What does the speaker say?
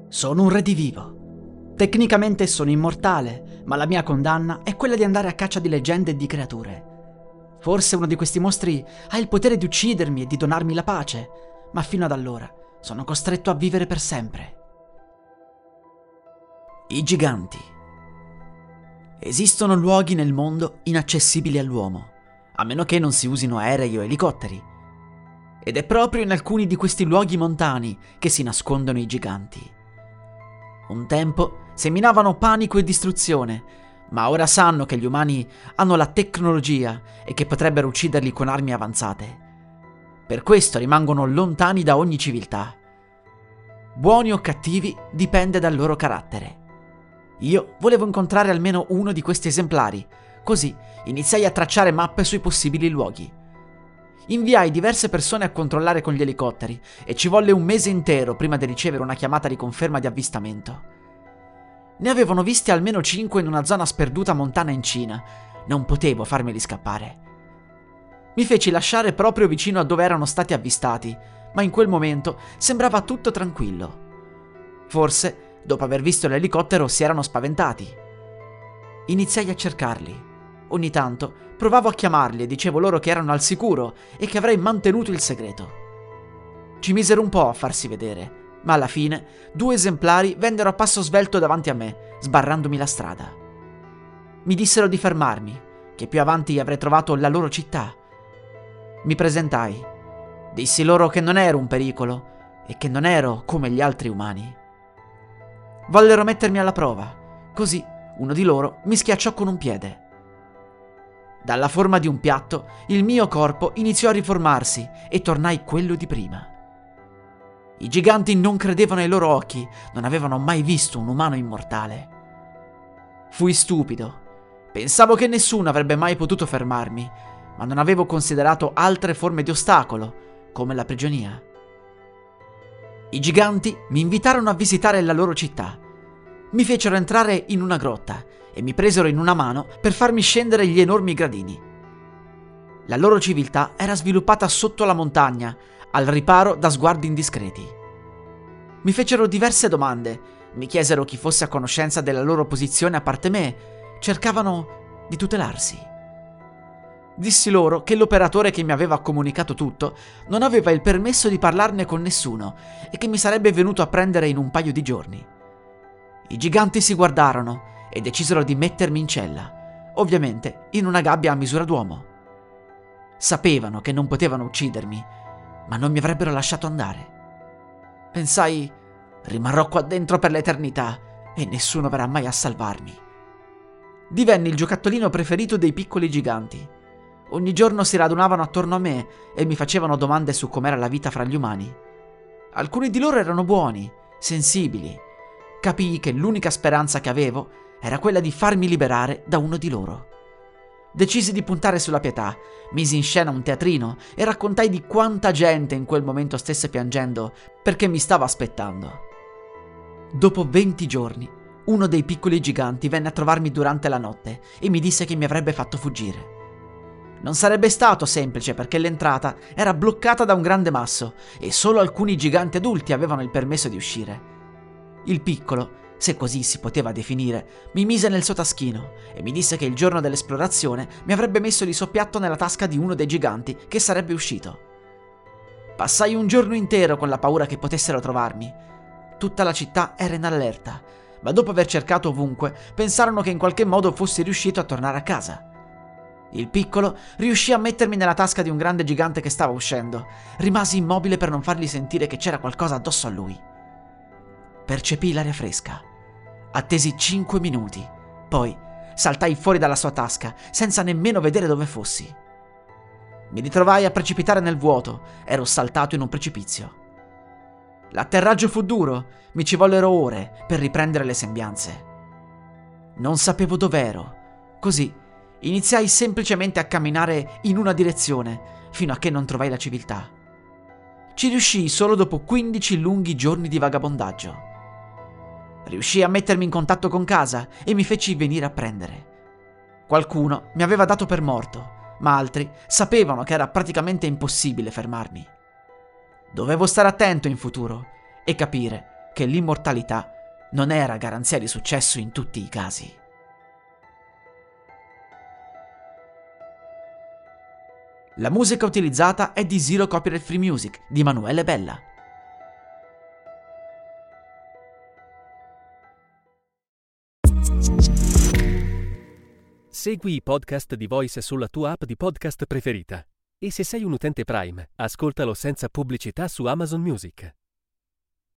Sono un redivivo. Tecnicamente sono immortale, ma la mia condanna è quella di andare a caccia di leggende e di creature. Forse uno di questi mostri ha il potere di uccidermi e di donarmi la pace, ma fino ad allora sono costretto a vivere per sempre. I giganti. Esistono luoghi nel mondo inaccessibili all'uomo, a meno che non si usino aerei o elicotteri. Ed è proprio in alcuni di questi luoghi montani che si nascondono i giganti. Un tempo seminavano panico e distruzione, ma ora sanno che gli umani hanno la tecnologia e che potrebbero ucciderli con armi avanzate. Per questo rimangono lontani da ogni civiltà. Buoni o cattivi dipende dal loro carattere. Io volevo incontrare almeno uno di questi esemplari, così iniziai a tracciare mappe sui possibili luoghi. Inviai diverse persone a controllare con gli elicotteri e ci volle un mese intero prima di ricevere una chiamata di conferma di avvistamento. Ne avevano visti almeno 5 in una zona sperduta montana in Cina. Non potevo farmeli scappare. Mi feci lasciare proprio vicino a dove erano stati avvistati, ma in quel momento sembrava tutto tranquillo. Forse, dopo aver visto l'elicottero, si erano spaventati. Iniziai a cercarli. Ogni tanto provavo a chiamarli e dicevo loro che erano al sicuro e che avrei mantenuto il segreto. Ci misero un po' a farsi vedere, ma alla fine 2 esemplari vennero a passo svelto davanti a me, sbarrandomi la strada. Mi dissero di fermarmi, che più avanti avrei trovato la loro città. Mi presentai. Dissi loro che non ero un pericolo e che non ero come gli altri umani. Vollero mettermi alla prova, così uno di loro mi schiacciò con un piede. Dalla forma di un piatto, il mio corpo iniziò a riformarsi e tornai quello di prima. I giganti non credevano ai loro occhi, non avevano mai visto un umano immortale. Fui stupido. Pensavo che nessuno avrebbe mai potuto fermarmi, ma non avevo considerato altre forme di ostacolo, come la prigionia. I giganti mi invitarono a visitare la loro città. Mi fecero entrare in una grotta e mi presero in una mano per farmi scendere gli enormi gradini. La loro civiltà era sviluppata sotto la montagna, al riparo da sguardi indiscreti. Mi fecero diverse domande, mi chiesero chi fosse a conoscenza della loro posizione a parte me, cercavano di tutelarsi. Dissi loro che l'operatore che mi aveva comunicato tutto non aveva il permesso di parlarne con nessuno e che mi sarebbe venuto a prendere in un paio di giorni. I giganti si guardarono e decisero di mettermi in cella, ovviamente in una gabbia a misura d'uomo. Sapevano che non potevano uccidermi, ma non mi avrebbero lasciato andare. Pensai, rimarrò qua dentro per l'eternità e nessuno verrà mai a salvarmi. Divenni il giocattolino preferito dei piccoli giganti. Ogni giorno si radunavano attorno a me e mi facevano domande su com'era la vita fra gli umani. Alcuni di loro erano buoni, sensibili. Capii che l'unica speranza che avevo era quella di farmi liberare da uno di loro. Decisi di puntare sulla pietà, misi in scena un teatrino e raccontai di quanta gente in quel momento stesse piangendo perché mi stava aspettando. Dopo 20 giorni, uno dei piccoli giganti venne a trovarmi durante la notte e mi disse che mi avrebbe fatto fuggire. Non sarebbe stato semplice perché l'entrata era bloccata da un grande masso e solo alcuni giganti adulti avevano il permesso di uscire. Il piccolo, se così si poteva definire, mi mise nel suo taschino e mi disse che il giorno dell'esplorazione mi avrebbe messo di soppiatto nella tasca di uno dei giganti che sarebbe uscito. Passai un giorno intero con la paura che potessero trovarmi. Tutta la città era in allerta, ma dopo aver cercato ovunque pensarono che in qualche modo fossi riuscito a tornare a casa. Il piccolo riuscì a mettermi nella tasca di un grande gigante che stava uscendo. Rimasi immobile per non fargli sentire che c'era qualcosa addosso a lui. Percepii l'aria fresca. Attesi 5 minuti, poi saltai fuori dalla sua tasca senza nemmeno vedere dove fossi. Mi ritrovai a precipitare nel vuoto, ero saltato in un precipizio. L'atterraggio fu duro, mi ci vollero ore per riprendere le sembianze. Non sapevo dov'ero, così iniziai semplicemente a camminare in una direzione fino a che non trovai la civiltà. Ci riuscii solo dopo 15 lunghi giorni di vagabondaggio. Riuscii a mettermi in contatto con casa e mi feci venire a prendere. Qualcuno mi aveva dato per morto, ma altri sapevano che era praticamente impossibile fermarmi. Dovevo stare attento in futuro e capire che l'immortalità non era garanzia di successo in tutti i casi. La musica utilizzata è di Zero Copyright Free Music di Emanuele Bella. Segui i podcast di Voice sulla tua app di podcast preferita. E se sei un utente Prime, ascoltalo senza pubblicità su Amazon Music.